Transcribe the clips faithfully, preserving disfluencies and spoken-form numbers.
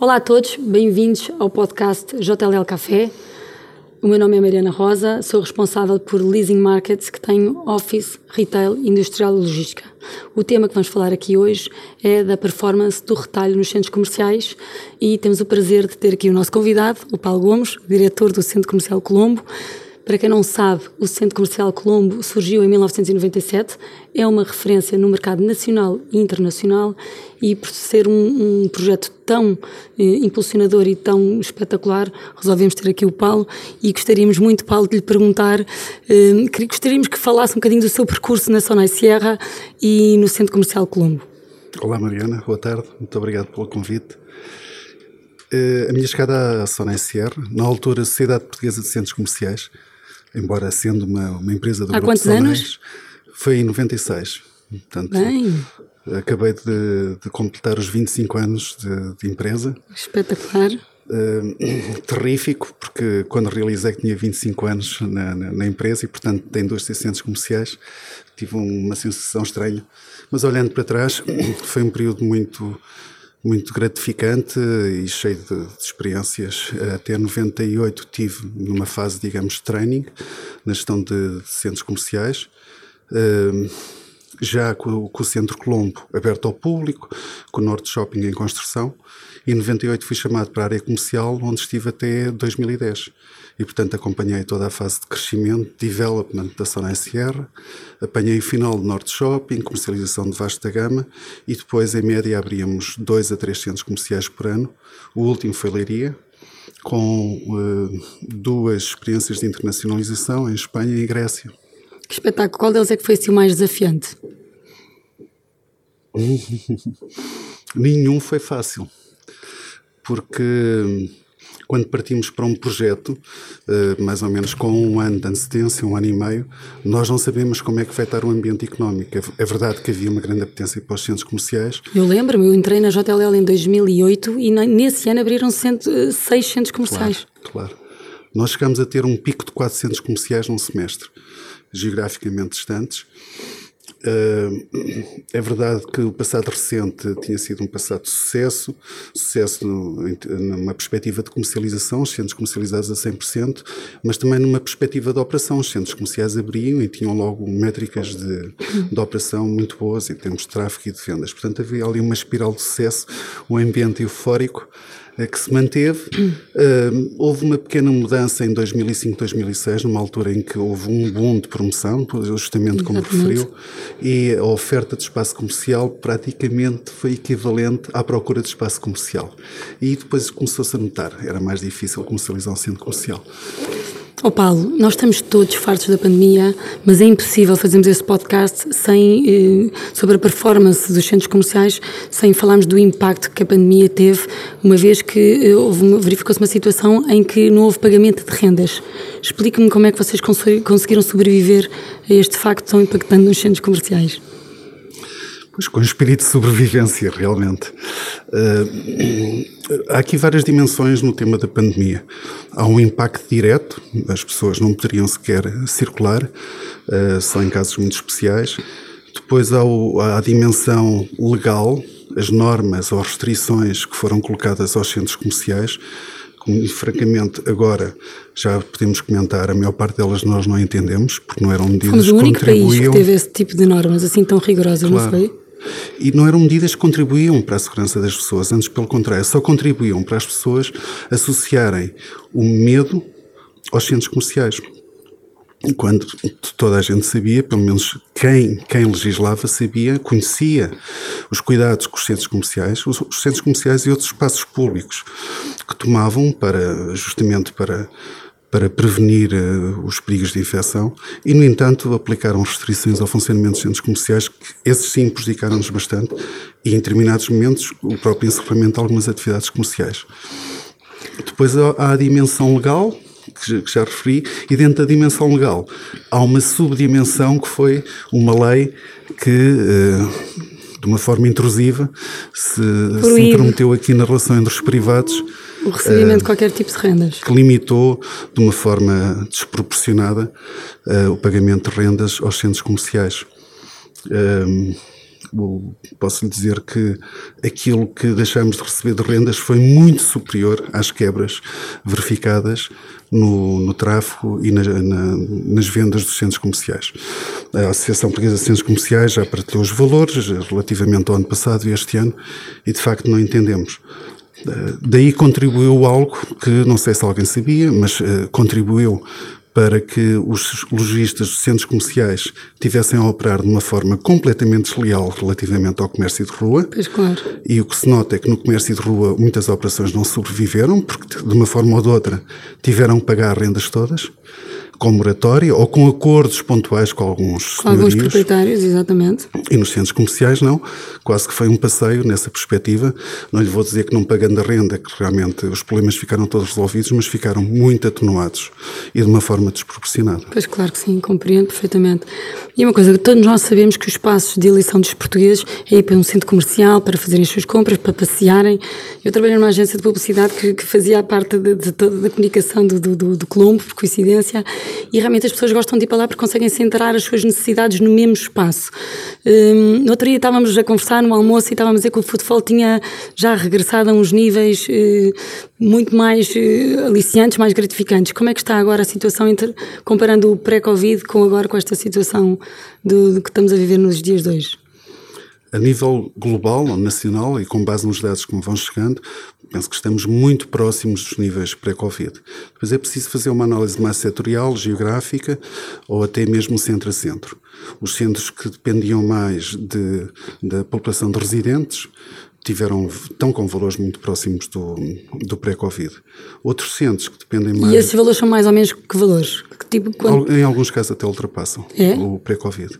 Olá a todos, bem-vindos ao podcast J L L Café. O meu nome é Mariana Rosa, sou responsável por Leasing Markets, que tenho Office, Retail, Industrial e Logística. O tema que vamos falar aqui hoje é da performance do retalho nos centros comerciais e temos o prazer de ter aqui o nosso convidado, o Paulo Gomes, diretor do Centro Comercial Colombo. Para quem não sabe, o Centro Comercial Colombo surgiu em mil novecentos e noventa e sete, é uma referência no mercado nacional e internacional e por ser um, um projeto tão eh, impulsionador e tão espetacular, resolvemos ter aqui o Paulo e gostaríamos muito, Paulo, de lhe perguntar, eh, que, gostaríamos que falasse um bocadinho do seu percurso na Sonai Sierra e no Centro Comercial Colombo. Olá Mariana, boa tarde, muito obrigado pelo convite. Uh, a minha chegada à Sonai Sierra, na altura Sociedade Portuguesa de Centros Comerciais, embora sendo uma, uma empresa do Há grupo quantos Sonai, anos? Foi em noventa e seis. Portanto, Bem. acabei de, de completar os vinte e cinco anos de, de empresa. Espetacular. Uh, terrífico, porque quando realizei que tinha vinte e cinco anos na, na, na empresa e, portanto, tem dois centros comerciais, tive uma sensação estranha. Mas olhando para trás, foi um período muito... muito gratificante e cheio de, de experiências. Até noventa e oito tive numa fase, digamos, de training na gestão de, de centros comerciais, uh, já com, com o Centro Colombo aberto ao público, com o Norte Shopping em construção, e em noventa e oito fui chamado para a área comercial, onde estive até dois mil e dez. E, portanto, acompanhei toda a fase de crescimento, development da Sonai Sierra, apanhei o final do Norte Shopping, comercialização de vasta gama, e depois, em média, abríamos dois a três centros comerciais por ano. O último foi Leiria, com uh, duas experiências de internacionalização em Espanha e Grécia. Que espetáculo! Qual deles é que foi assim, o mais desafiante? Nenhum foi fácil, porque quando partimos para um projeto, mais ou menos com um ano de antecedência, um ano e meio, nós não sabemos como é que vai estar o ambiente económico. É verdade que havia uma grande apetência para os centros comerciais. Eu lembro-me, eu entrei na J L L em dois mil e oito e nesse ano abriram cento, seis centros comerciais. Claro, claro. Nós chegámos a ter um pico de quatro centros comerciais num semestre, geograficamente distantes. Uh, é verdade que o passado recente tinha sido um passado de sucesso, sucesso no, numa perspectiva de comercialização, os centros comercializados a cem por cento, mas também numa perspectiva de operação. Os centros comerciais abriam e tinham logo métricas de, de operação muito boas em termos de tráfego e de vendas. Portanto, havia ali uma espiral de sucesso, um ambiente eufórico que se manteve. Uh, houve uma pequena mudança em dois mil e cinco, dois mil e seis, numa altura em que houve um boom de promoção, justamente como referiu, e a oferta de espaço comercial praticamente foi equivalente à procura de espaço comercial. E depois começou-se a notar, era mais difícil comercializar um centro comercial. Ó oh Paulo, nós estamos todos fartos da pandemia, mas é impossível fazermos este podcast sem, eh, sobre a performance dos centros comerciais, sem falarmos do impacto que a pandemia teve, uma vez que eh, houve uma, verificou-se uma situação em que não houve pagamento de rendas. Explique-me como é que vocês conseguiram sobreviver a este facto tão impactante nos centros comerciais. Pois, com espírito de sobrevivência, realmente. Uh, há aqui várias dimensões no tema da pandemia. Há um impacto direto, as pessoas não poderiam sequer circular, uh, só em casos muito especiais. Depois há, o, há a dimensão legal, as normas ou restrições que foram colocadas aos centros comerciais. Como, francamente, agora já podemos comentar, a maior parte delas nós não entendemos, porque não eram medidas que contribuíam. Fomos o único país que teve esse tipo de normas, assim tão rigorosas, claro. Não foi? E não eram medidas que contribuíam para a segurança das pessoas, antes pelo contrário, só contribuíam para as pessoas associarem o medo aos centros comerciais. Quando toda a gente sabia, pelo menos quem, quem legislava sabia, conhecia os cuidados com os centros comerciais, os, os centros comerciais e outros espaços públicos que tomavam para, justamente para, para prevenir uh, os perigos de infecção e, no entanto, aplicaram restrições ao funcionamento dos centros comerciais que, esses sim, prejudicaram-nos bastante e, em determinados momentos, o próprio encerramento de algumas atividades comerciais. Depois há a dimensão legal, que já referi, e dentro da dimensão legal há uma subdimensão que foi uma lei que, de uma forma intrusiva, se, se intrometeu aqui na relação entre os privados. O recebimento uh, de qualquer tipo de rendas. Que limitou, de uma forma desproporcionada, uh, o pagamento de rendas aos centros comerciais. Uh, posso lhe dizer que aquilo que deixamos de receber de rendas foi muito superior às quebras verificadas no, no tráfego e na, na, nas vendas dos centros comerciais. A Associação Portuguesa de Centros Comerciais já partilhou os valores relativamente ao ano passado e este ano e de facto não entendemos. Daí contribuiu algo que não sei se alguém sabia, mas uh, contribuiu para que os lojistas dos centros comerciais tivessem a operar de uma forma completamente desleal relativamente ao comércio de rua. Pois claro. E o que se nota é que no comércio de rua muitas operações não sobreviveram, porque de uma forma ou de outra tiveram que pagar rendas todas, com moratória ou com acordos pontuais com alguns com alguns proprietários, exatamente. E nos centros comerciais não, quase que foi um passeio nessa perspectiva. Não lhe vou dizer que não pagando a renda, que realmente os problemas ficaram todos resolvidos, mas ficaram muito atenuados e de uma forma desproporcionada. Pois claro que sim, compreendo perfeitamente. E uma coisa, todos nós sabemos que os espaços de eleição dos portugueses é ir para um centro comercial, para fazerem as suas compras, para passearem. Eu trabalhei numa agência de publicidade que, que fazia a parte de, de toda da comunicação do, do, do, do Colombo, por coincidência, e realmente as pessoas gostam de ir para lá porque conseguem centrar as suas necessidades no mesmo espaço. Um, no outro dia estávamos a conversar no almoço e estávamos a dizer que o futebol tinha já regressado a uns níveis uh, muito mais uh, aliciantes, mais gratificantes. Como é que está agora a situação, entre, comparando o pré-Covid com agora com esta situação do, do que estamos a viver nos dias de hoje? A nível global, nacional e com base nos dados que me vão chegando, penso que estamos muito próximos dos níveis pré-Covid. Depois é preciso fazer uma análise mais setorial, geográfica ou até mesmo centro a centro. Os centros que dependiam mais de, da população de residentes tiveram, estão com valores muito próximos do, do pré-Covid. Outros centros que dependem mais... E esses valores são mais ou menos que valores? Que tipo, quando... Em alguns casos até ultrapassam é? o pré-Covid.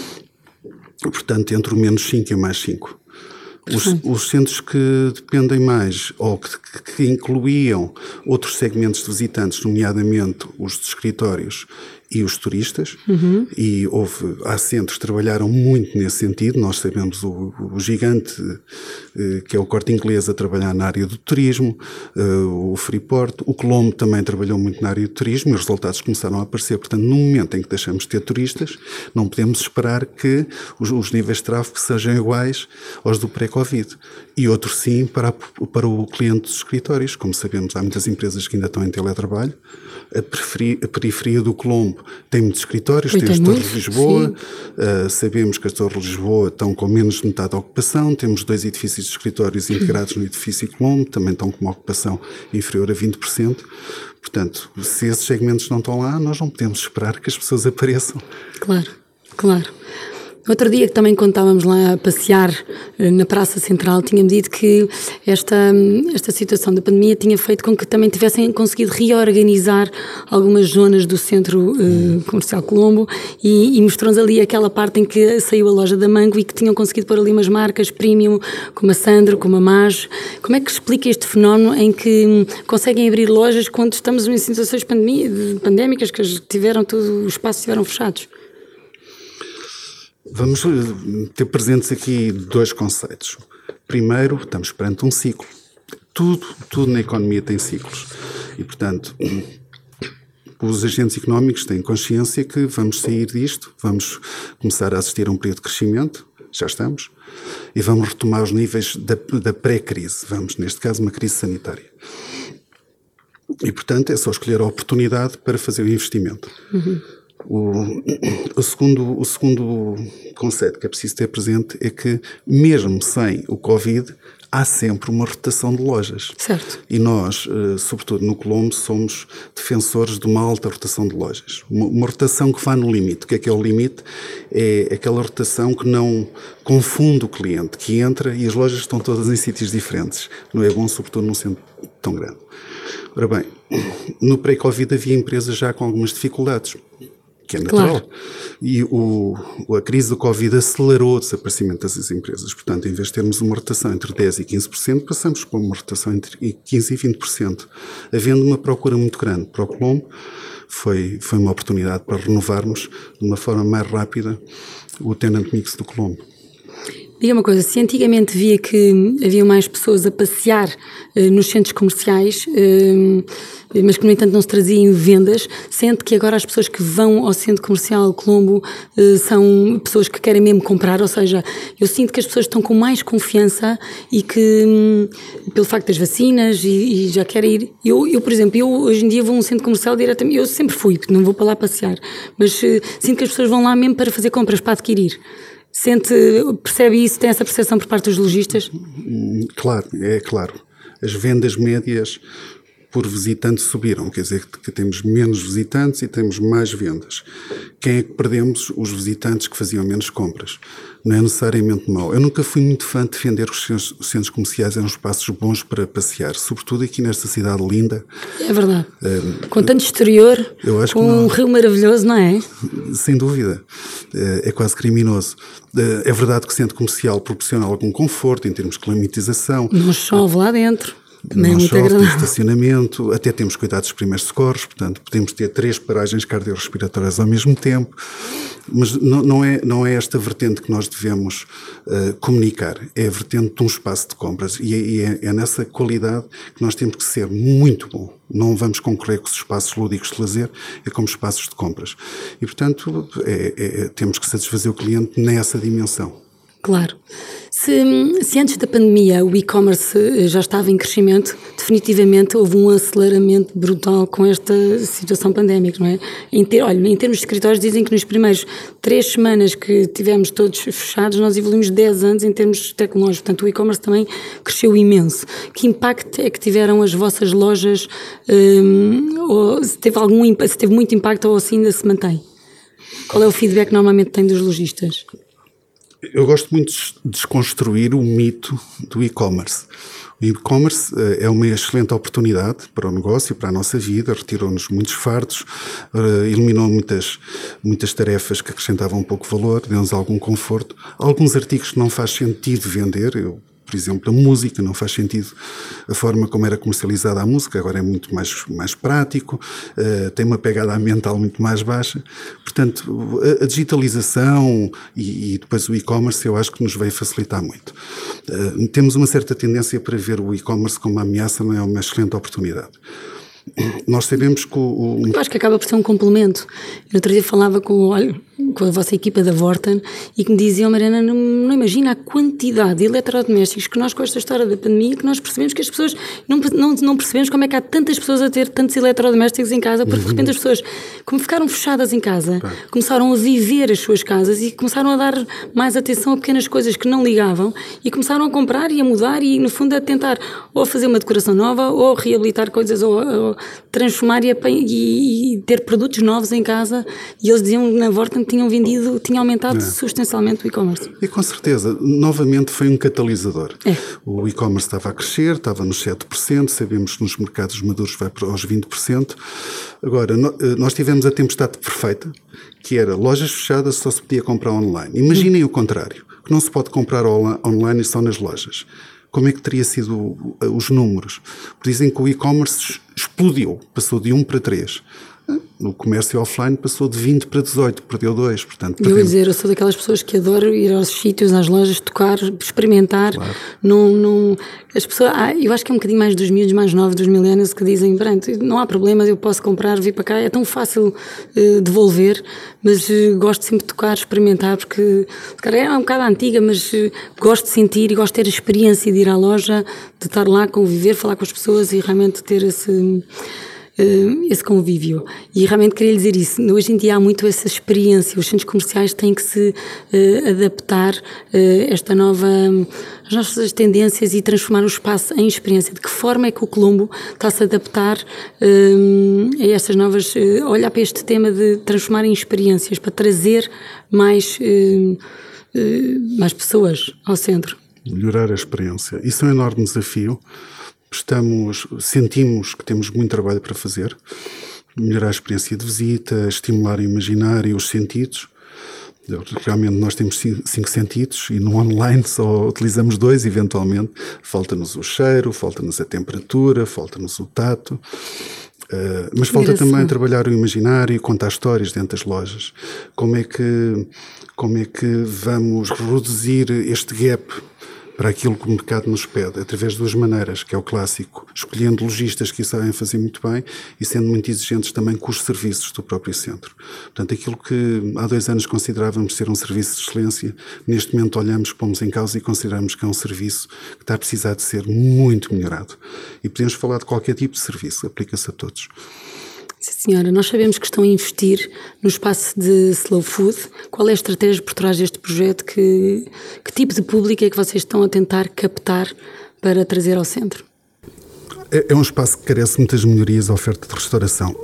Portanto, entre o menos cinco e o mais cinco. Os, os centros que dependem mais ou que, que incluíam outros segmentos de visitantes, nomeadamente os de escritórios e os turistas, uhum. e houve, há centros que trabalharam muito nesse sentido. Nós sabemos o, o gigante, eh, que é o Corte Inglês, a trabalhar na área do turismo, eh, o Freeport, o Colombo também trabalhou muito na área do turismo e os resultados começaram a aparecer. Portanto, no momento em que deixamos de ter turistas, não podemos esperar que os, os níveis de tráfego sejam iguais aos do pré-Covid. E outros sim para, a, para o cliente dos escritórios. Como sabemos, há muitas empresas que ainda estão em teletrabalho. A periferia, a periferia do Colombo tem muitos escritórios, tem as Torres de Lisboa, uh, sabemos que as Torres de Lisboa estão com menos de metade da ocupação, temos dois edifícios de escritórios integrados no edifício Colombo, também estão com uma ocupação inferior a vinte por cento. Portanto, se esses segmentos não estão lá, nós não podemos esperar que as pessoas apareçam. Claro, claro. Outro dia, que também quando estávamos lá a passear na Praça Central, tínhamos dito que esta, esta situação da pandemia tinha feito com que também tivessem conseguido reorganizar algumas zonas do centro uh, comercial Colombo e, e mostrou-nos ali aquela parte em que saiu a loja da Mango e que tinham conseguido pôr ali umas marcas premium, como a Sandro, como a Mage. Como é que explica este fenómeno em que um, conseguem abrir lojas quando estamos em situações pandemia, pandémicas que tiveram tudo, os espaços estiveram fechados? Vamos ter presentes aqui dois conceitos. Primeiro, estamos perante um ciclo. Tudo, tudo na economia tem ciclos. E, portanto, os agentes económicos têm consciência que vamos sair disto, vamos começar a assistir a um período de crescimento, já estamos, e vamos retomar os níveis da, da pré-crise. Vamos, neste caso, uma crise sanitária. E, portanto, é só escolher a oportunidade para fazer o investimento. Uhum. O, o, segundo, o segundo conceito que é preciso ter presente é que, mesmo sem o Covid, há sempre uma rotação de lojas. Certo. E nós, sobretudo no Colombo, somos defensores de uma alta rotação de lojas. Uma, uma rotação que vá no limite. O que é que é o limite? É aquela rotação que não confunde o cliente, que entra e as lojas estão todas em sítios diferentes. Não é bom, sobretudo num centro tão grande. Ora bem, no pré-Covid havia empresas já com algumas dificuldades, que é natural. Claro. E o, a crise do Covid acelerou o desaparecimento dessas empresas. Portanto, em vez de termos uma rotação entre dez por cento e quinze por cento, passamos para uma rotação entre quinze por cento e vinte por cento. Havendo uma procura muito grande para o Colombo, foi, foi uma oportunidade para renovarmos de uma forma mais rápida o tenant mix do Colombo. Diga uma coisa, se antigamente via que havia mais pessoas a passear uh, nos centros comerciais, uh, mas que no entanto não se traziam vendas, sente que agora as pessoas que vão ao centro comercial Colombo uh, são pessoas que querem mesmo comprar, ou seja, eu sinto que as pessoas estão com mais confiança e que, um, pelo facto das vacinas e, e já querem ir, eu, eu por exemplo, eu hoje em dia vou a um centro comercial diretamente, eu sempre fui, porque não vou para lá passear, mas uh, sinto que as pessoas vão lá mesmo para fazer compras, para adquirir. Sente, percebe isso, tem essa percepção por parte dos lojistas? Claro, é claro. As vendas médias por visitante subiram, quer dizer que temos menos visitantes e temos mais vendas. Quem é que perdemos? Os visitantes que faziam menos compras. Não é necessariamente mau. Eu nunca fui muito fã de defender os centros, os centros comerciais, eram espaços bons para passear, sobretudo aqui nesta cidade linda. É verdade. Um, com tanto exterior, eu acho com que não, um rio maravilhoso, não é? Sem dúvida. É quase criminoso. É verdade que o centro comercial proporciona algum conforto em termos de climatização. Não chove lá dentro. Também não chove, tem estacionamento, até temos cuidados dos primeiros socorros, portanto podemos ter três paragens cardiorrespiratórias ao mesmo tempo, mas não, não, é, não é esta vertente que nós devemos uh, comunicar, é a vertente de um espaço de compras e, é, e é, é nessa qualidade que nós temos que ser muito bom. Não vamos concorrer com os espaços lúdicos de lazer, é como espaços de compras. E portanto é, é, temos que satisfazer o cliente nessa dimensão. Claro. Se, se antes da pandemia o e-commerce já estava em crescimento, definitivamente houve um aceleramento brutal com esta situação pandémica, não é? Em ter, olha, em termos de escritórios dizem que nos primeiros três semanas que tivemos todos fechados, nós evoluímos dez anos em termos tecnológicos, portanto o e-commerce também cresceu imenso. Que impacto é que tiveram as vossas lojas? Hum, ou se teve, algum, se teve muito impacto ou assim ainda se mantém? Qual é o feedback que normalmente tem dos lojistas? Eu gosto muito de desconstruir o mito do e-commerce. O e-commerce é uma excelente oportunidade para o negócio, para a nossa vida, retirou-nos muitos fardos, eliminou muitas, muitas tarefas que acrescentavam pouco valor, deu-nos algum conforto. Alguns artigos que não faz sentido vender, eu por exemplo, a música, não faz sentido a forma como era comercializada a música, agora é muito mais, mais prático, uh, tem uma pegada ambiental muito mais baixa. Portanto, a, a digitalização e, e depois o e-commerce eu acho que nos veio facilitar muito. Uh, temos uma certa tendência para ver o e-commerce como uma ameaça, não é uma excelente oportunidade. Nós sabemos que o, o... Eu acho que acaba por ser um complemento. Eu outro dia falava com, olha, com a vossa equipa da Vorten e que me diziam, Mariana, não, não imagina a quantidade de eletrodomésticos que nós, com esta história da pandemia, que nós percebemos que as pessoas, não, não, não percebemos como é que há tantas pessoas a ter tantos eletrodomésticos em casa, porque de repente as pessoas, como ficaram fechadas em casa, claro, começaram a viver as suas casas e começaram a dar mais atenção a pequenas coisas que não ligavam e começaram a comprar e a mudar e, no fundo, a tentar ou fazer uma decoração nova ou reabilitar coisas ou, ou transformar e, e, e ter produtos novos em casa. E eles diziam que na Vorten tinham vendido, tinha aumentado é. substancialmente o e-commerce. E com certeza, novamente foi um catalisador. É. O e-commerce estava a crescer, estava nos sete por cento, sabemos que nos mercados maduros vai para os vinte por cento. Agora, nós tivemos a tempestade perfeita, que era lojas fechadas, só se podia comprar online. Imaginem hum. o contrário, que não se pode comprar online só nas lojas. Como é que teria sido os números? Dizem que o e-commerce explodiu, passou de um para três. No comércio offline passou de vinte para dezoito, perdeu dois. Portanto, eu vou dizer, eu sou daquelas pessoas que adoro ir aos sítios, às lojas, tocar, experimentar. Claro. Não, não, as pessoas, ah, eu acho que é um bocadinho mais dos miúdos mais novos, dos millennials, que dizem, pronto, não há problema, eu posso comprar, vir para cá, é tão fácil uh, devolver, mas uh, gosto sempre de tocar, experimentar, porque cara, é um bocado antiga, mas uh, gosto de sentir e gosto de ter a experiência de ir à loja, de estar lá, conviver, falar com as pessoas e realmente ter esse... Uh, esse convívio. E realmente queria dizer isso. Hoje em dia há muito essa experiência. Os centros comerciais têm que se uh, adaptar a uh, esta nova, as nossas tendências e transformar o espaço em experiência. De que forma é que o Colombo está a se adaptar uh, a estas novas, uh, olhar para este tema de transformar em experiências, para trazer mais, uh, uh, mais pessoas ao centro? Melhorar a experiência. Isso é um enorme desafio. Estamos, sentimos que temos muito trabalho para fazer, melhorar a experiência de visita, estimular o imaginário e os sentidos. Realmente nós temos cinco sentidos e no online só utilizamos dois, eventualmente. Falta-nos o cheiro, falta-nos a temperatura, falta-nos o tato. Uh, mas falta também trabalhar o imaginário e contar histórias dentro das lojas. Como é que, como é que vamos reduzir este gap para aquilo que o mercado nos pede, através de duas maneiras, que é o clássico, escolhendo lojistas que o sabem fazer muito bem e sendo muito exigentes também com os serviços do próprio centro. Portanto, aquilo que há dois anos considerávamos ser um serviço de excelência, neste momento olhamos, pomos em causa e consideramos que é um serviço que está a precisar de ser muito melhorado. E podemos falar de qualquer tipo de serviço, aplica-se a todos. Sim, senhora. Nós sabemos que estão a investir no espaço de slow food. Qual é a estratégia por trás deste projeto? Que, que tipo de público é que vocês estão a tentar captar para trazer ao centro? É, é um espaço que carece de muitas melhorias à oferta de restauração.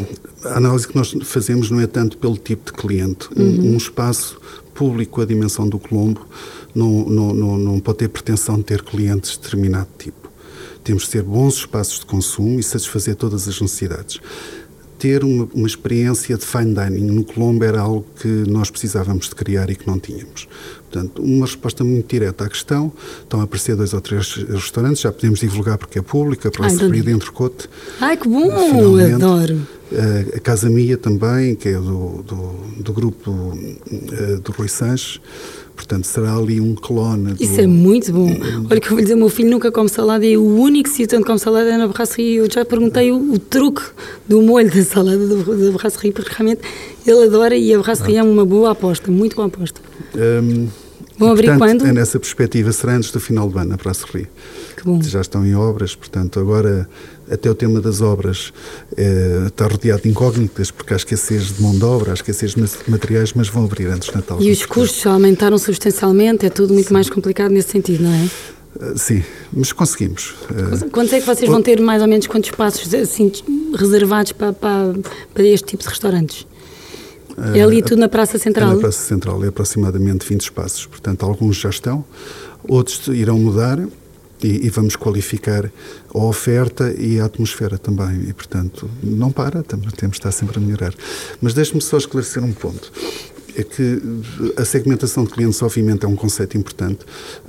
A análise que nós fazemos não é tanto pelo tipo de cliente. Uhum. Um, um espaço público, a dimensão do Colombo, não, não, não, não pode ter pretensão de ter clientes de determinado tipo. Temos de ter bons espaços de consumo e satisfazer todas as necessidades. Ter uma, uma experiência de fine dining no Colombo era algo que nós precisávamos de criar e que não tínhamos. Portanto, uma resposta muito direta à questão. Estão a aparecer dois ou três restaurantes, já podemos divulgar porque é público, a Brasserie de Entrecote. Ai, que bom! Finalmente. Adoro! A, a Casa Mia também, que é do, do, do grupo uh, do Rui Sanches. Portanto, será ali um clone. Do... Isso é muito bom. Olha que eu vou dizer, o meu filho nunca come salada e o único sítio onde come salada é na Brasserie. Eu já perguntei o, o truque do molho da salada da Brasserie, porque realmente ele adora e a Brasserie ah. é uma boa aposta, muito boa aposta. Um, Vão abrir portanto, quando? É nessa perspectiva, será antes do final do ano, a Brasserie. Que bom. Já estão em obras, portanto, agora até o tema das obras eh, está rodeado de incógnitas, porque há escassez de mão de obra, há escassez de materiais, mas vão abrir antes do Natal. E os custos aumentaram substancialmente, é tudo muito Sim. mais complicado nesse sentido, não é? Uh, sim, mas conseguimos. Uh, Quantos é que vocês vão ter, mais ou menos, quantos espaços assim, reservados para, para, para este tipo de restaurantes? É ali tudo na Praça Central? É na Praça Central, é aproximadamente vinte espaços. Portanto, alguns já estão, outros irão mudar e, e vamos qualificar a oferta e a atmosfera também. E, portanto, não para, temos, temos de estar sempre a melhorar. Mas deixe-me só esclarecer um ponto. É que a segmentação de clientes, obviamente, é um conceito importante,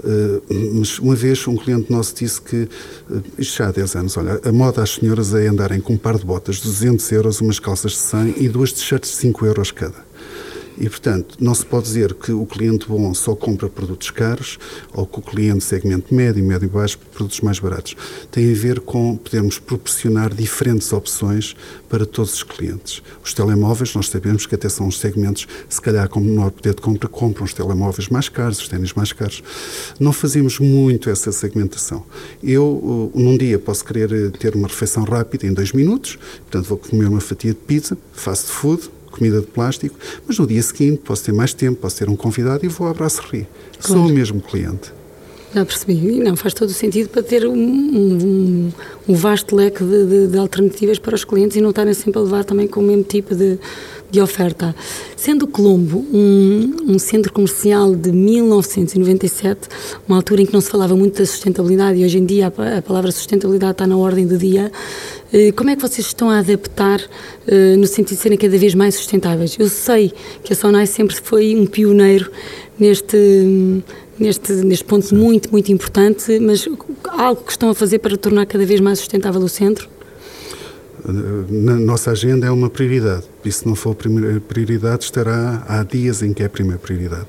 mas uma vez um cliente nosso disse que, isto já há dez anos, olha, a moda às senhoras é andarem com um par de botas de duzentos euros, umas calças de cem e duas t-shirts de cinco euros cada. E, portanto, não se pode dizer que o cliente bom só compra produtos caros ou que o cliente segmento médio, médio e baixo, produtos mais baratos. Tem a ver com podermos proporcionar diferentes opções para todos os clientes. Os telemóveis, nós sabemos que até são os segmentos, se calhar com menor poder de compra, compram os telemóveis mais caros, os ténis mais caros. Não fazemos muito essa segmentação. Eu, num dia, posso querer ter uma refeição rápida em dois minutos, portanto, vou comer uma fatia de pizza, fast food, comida de plástico, mas no dia seguinte posso ter mais tempo, posso ter um convidado e vou à Brasserie. Claro. Sou o mesmo cliente. Já percebi. Não, faz todo o sentido para ter um, um, um vasto leque de, de, de alternativas para os clientes e não estarem sempre a levar também com o mesmo tipo de, de oferta. Sendo o Colombo um, um centro comercial de mil novecentos e noventa e sete, uma altura em que não se falava muito da sustentabilidade e hoje em dia a, a palavra sustentabilidade está na ordem do dia, como é que vocês estão a adaptar uh, no sentido de serem cada vez mais sustentáveis? Eu sei que a Sonai sempre foi um pioneiro neste, neste, neste ponto Sim. muito, muito importante, mas algo que estão a fazer para tornar cada vez mais sustentável o centro? Na nossa agenda é uma prioridade. E se não for a primeira prioridade, estará há dias em que é a primeira prioridade.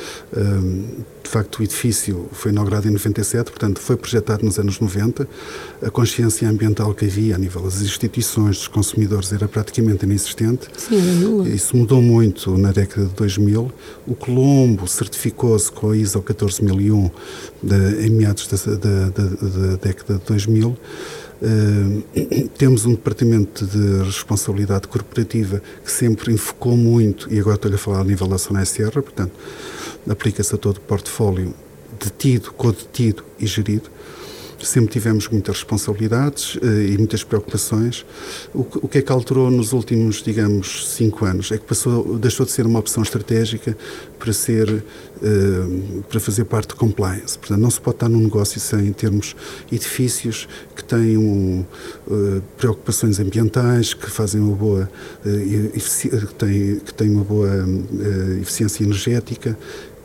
De facto, o edifício foi inaugurado em noventa e sete, portanto, foi projetado nos anos noventa. A consciência ambiental que havia a nível das instituições, dos consumidores, era praticamente inexistente. Sim, era nula. Isso mudou muito na década de dois mil. O Colombo certificou-se com a I S O catorze mil e um de, em meados da, da, da, da década de dois mil. Uh, temos um departamento de responsabilidade corporativa que sempre enfocou muito, e agora estou-lhe a falar a nível da Sonai Serra, portanto, aplica-se a todo o portfólio detido, co-detido e gerido. Sempre tivemos muitas responsabilidades uh, e muitas preocupações. O, o que é que alterou nos últimos, digamos, cinco anos? É que passou, deixou de ser uma opção estratégica para ser, uh, para fazer parte de compliance. Portanto, não se pode estar num negócio sem termos edifícios que tenham uh, preocupações ambientais, que fazem uma boa, uh, efici- que têm, que têm uma boa uh, eficiência energética,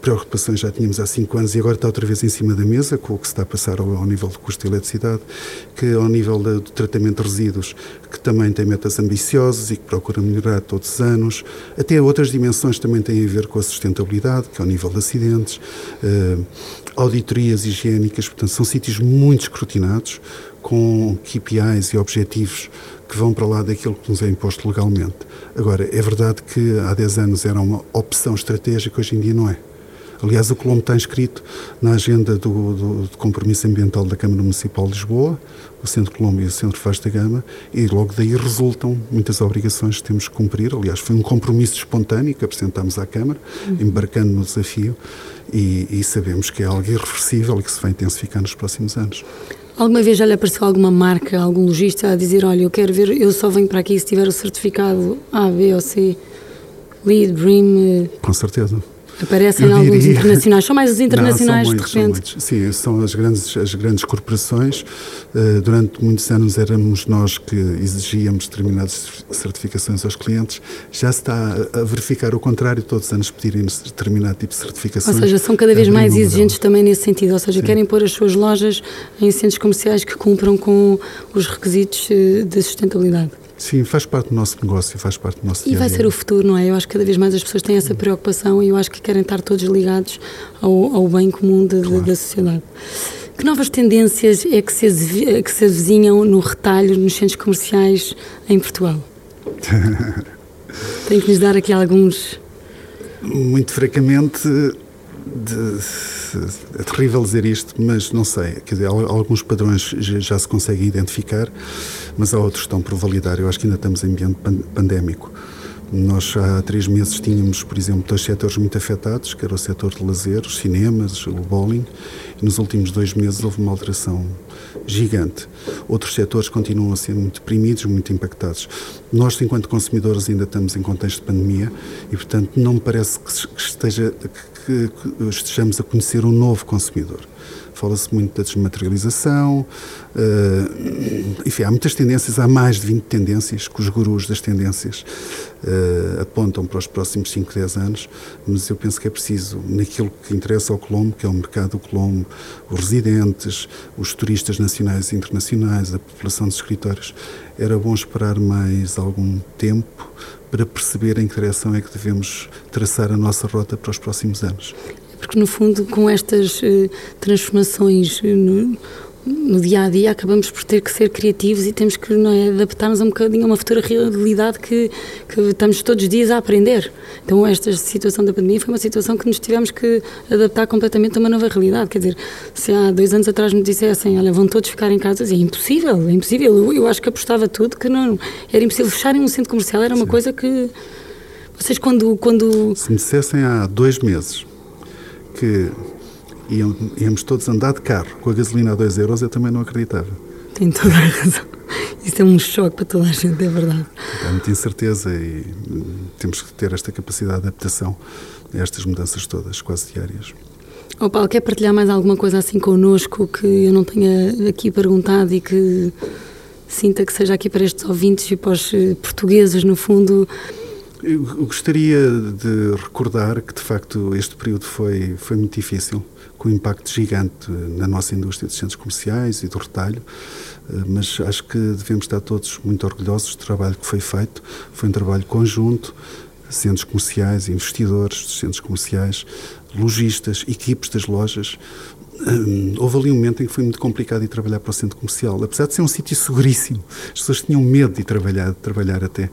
preocupações já tínhamos há cinco anos e agora está outra vez em cima da mesa, com o que se está a passar ao, ao nível do custo de eletricidade, que ao nível da, do tratamento de resíduos, que também tem metas ambiciosas e que procura melhorar todos os anos. Até outras dimensões também têm a ver com a sustentabilidade, que é ao nível de acidentes, uh, auditorias higiênicas, portanto são sítios muito escrutinados, com K P Is e objetivos que vão para lá daquilo que nos é imposto legalmente. Agora, é verdade que há dez anos era uma opção estratégica, hoje em dia não é. Aliás, o Colombo está inscrito na agenda do, do, do compromisso ambiental da Câmara Municipal de Lisboa, o Centro Colombo e o Centro Vasta Gama, e logo daí resultam muitas obrigações que temos que cumprir. Aliás, foi um compromisso espontâneo que apresentámos à Câmara, uhum. embarcando no desafio, e, e sabemos que é algo irreversível e que se vai intensificar nos próximos anos. Alguma vez já lhe apareceu alguma marca, algum lojista a dizer, olha, eu quero ver, eu só venho para aqui se tiver o certificado A, B ou C, LEED, BREEAM? Com certeza. Aparecem eu alguns diria... internacionais, são mais os internacionais. Não, muitos, de repente? São Sim, são as grandes, as grandes corporações. Uh, durante muitos anos éramos nós que exigíamos determinadas certificações aos clientes. Já se está a verificar o contrário, todos os anos pedirem-nos determinado tipo de certificações. Ou seja, são cada vez mais exigentes também nesse sentido, ou seja, Sim. querem pôr as suas lojas em centros comerciais que cumpram com os requisitos de sustentabilidade. Sim, faz parte do nosso negócio, faz parte do nosso dia. E vai ser o futuro, não é? Eu acho que cada vez mais as pessoas têm essa preocupação e eu acho que querem estar todos ligados ao, ao bem comum de, claro. de, da sociedade. Que novas tendências é que se, que se avizinham no retalho, nos centros comerciais em Portugal? Tem que nos dar aqui alguns... Muito francamente... De, é terrível dizer isto, mas não sei, quer dizer, alguns padrões já, já se conseguem identificar, mas há outros que estão por validar. Eu acho que ainda estamos em ambiente pandémico. Nós há três meses tínhamos, por exemplo, dois setores muito afetados, que era o setor de lazer, os cinemas, o bowling, e nos últimos dois meses houve uma alteração gigante. Outros setores continuam a ser muito deprimidos, muito impactados. Nós, enquanto consumidores, ainda estamos em contexto de pandemia e, portanto, não me parece que esteja, que, que estejamos a conhecer um novo consumidor. Fala-se muito da desmaterialização, uh, enfim, há muitas tendências, há mais de vinte tendências, que os gurus das tendências uh, apontam para os próximos cinco, dez anos, mas eu penso que é preciso, naquilo que interessa ao Colombo, que é o mercado do Colombo, os residentes, os turistas nacionais e internacionais, a população dos escritórios, era bom esperar mais algum tempo para perceber em que direção é que devemos traçar a nossa rota para os próximos anos. Porque, no fundo, com estas uh, transformações uh, no, no dia-a-dia, acabamos por ter que ser criativos e temos que, não é, adaptar-nos um bocadinho a uma futura realidade que, que estamos todos os dias a aprender. Então, esta situação da pandemia foi uma situação que nos tivemos que adaptar completamente a uma nova realidade. Quer dizer, se há dois anos atrás me dissessem, olha, vão todos ficar em casa, é impossível, é impossível. Eu, eu acho que apostava tudo que não, era impossível. Fecharem um centro comercial era uma Sim. coisa que... Vocês, quando, quando... Se me dissessem há dois meses que íamos todos andar de carro com a gasolina a dois euros, eu também não acreditava. Tem toda a razão. Isso é um choque para toda a gente, é verdade. Há muita incerteza e temos que ter esta capacidade de adaptação a estas mudanças todas, quase diárias. Oh, Paulo, quer partilhar mais alguma coisa assim connosco que eu não tenha aqui perguntado e que sinta que seja aqui para estes ouvintes e para os portugueses, no fundo... Eu gostaria de recordar que, de facto, este período foi, foi muito difícil, com um impacto gigante na nossa indústria dos centros comerciais e do retalho, mas acho que devemos estar todos muito orgulhosos do trabalho que foi feito. Foi um trabalho conjunto, centros comerciais, investidores dos centros comerciais, lojistas, equipes das lojas. Houve ali um momento em que foi muito complicado ir trabalhar para o centro comercial, apesar de ser um sítio seguríssimo. As pessoas tinham medo de ir trabalhar, de trabalhar até.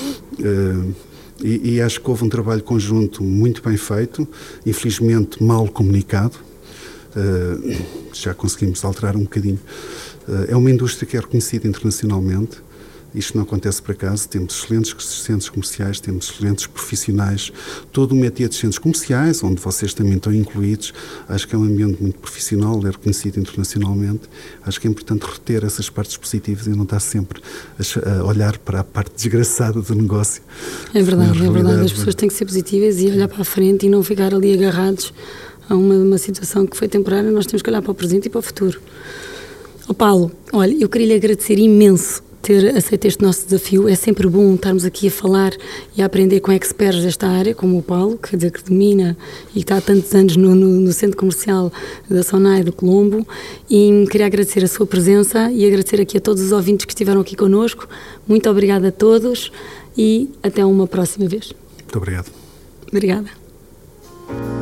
E, e acho que houve um trabalho conjunto muito bem feito, infelizmente mal comunicado, uh, já conseguimos alterar um bocadinho. Uh, é uma indústria que é reconhecida internacionalmente, isto não acontece por acaso, temos excelentes centros comerciais, temos excelentes profissionais, todo o métier de centros comerciais, onde vocês também estão incluídos, acho que é um ambiente muito profissional, é reconhecido internacionalmente, acho que é importante reter essas partes positivas e não estar sempre a olhar para a parte desgraçada do negócio. É verdade, é verdade, as pessoas têm que ser positivas e olhar para a frente e não ficar ali agarrados a uma, uma situação que foi temporária, nós temos que olhar para o presente e para o futuro. Oh, Paulo, olha, eu queria lhe agradecer imenso ter aceito este nosso desafio. É sempre bom estarmos aqui a falar e a aprender com experts desta área, como o Paulo, quer dizer, que domina e está há tantos anos no, no, no centro comercial da Sonai do Colombo. E queria agradecer a sua presença e agradecer aqui a todos os ouvintes que estiveram aqui connosco. Muito obrigada a todos e até uma próxima vez. Muito obrigado. Obrigada.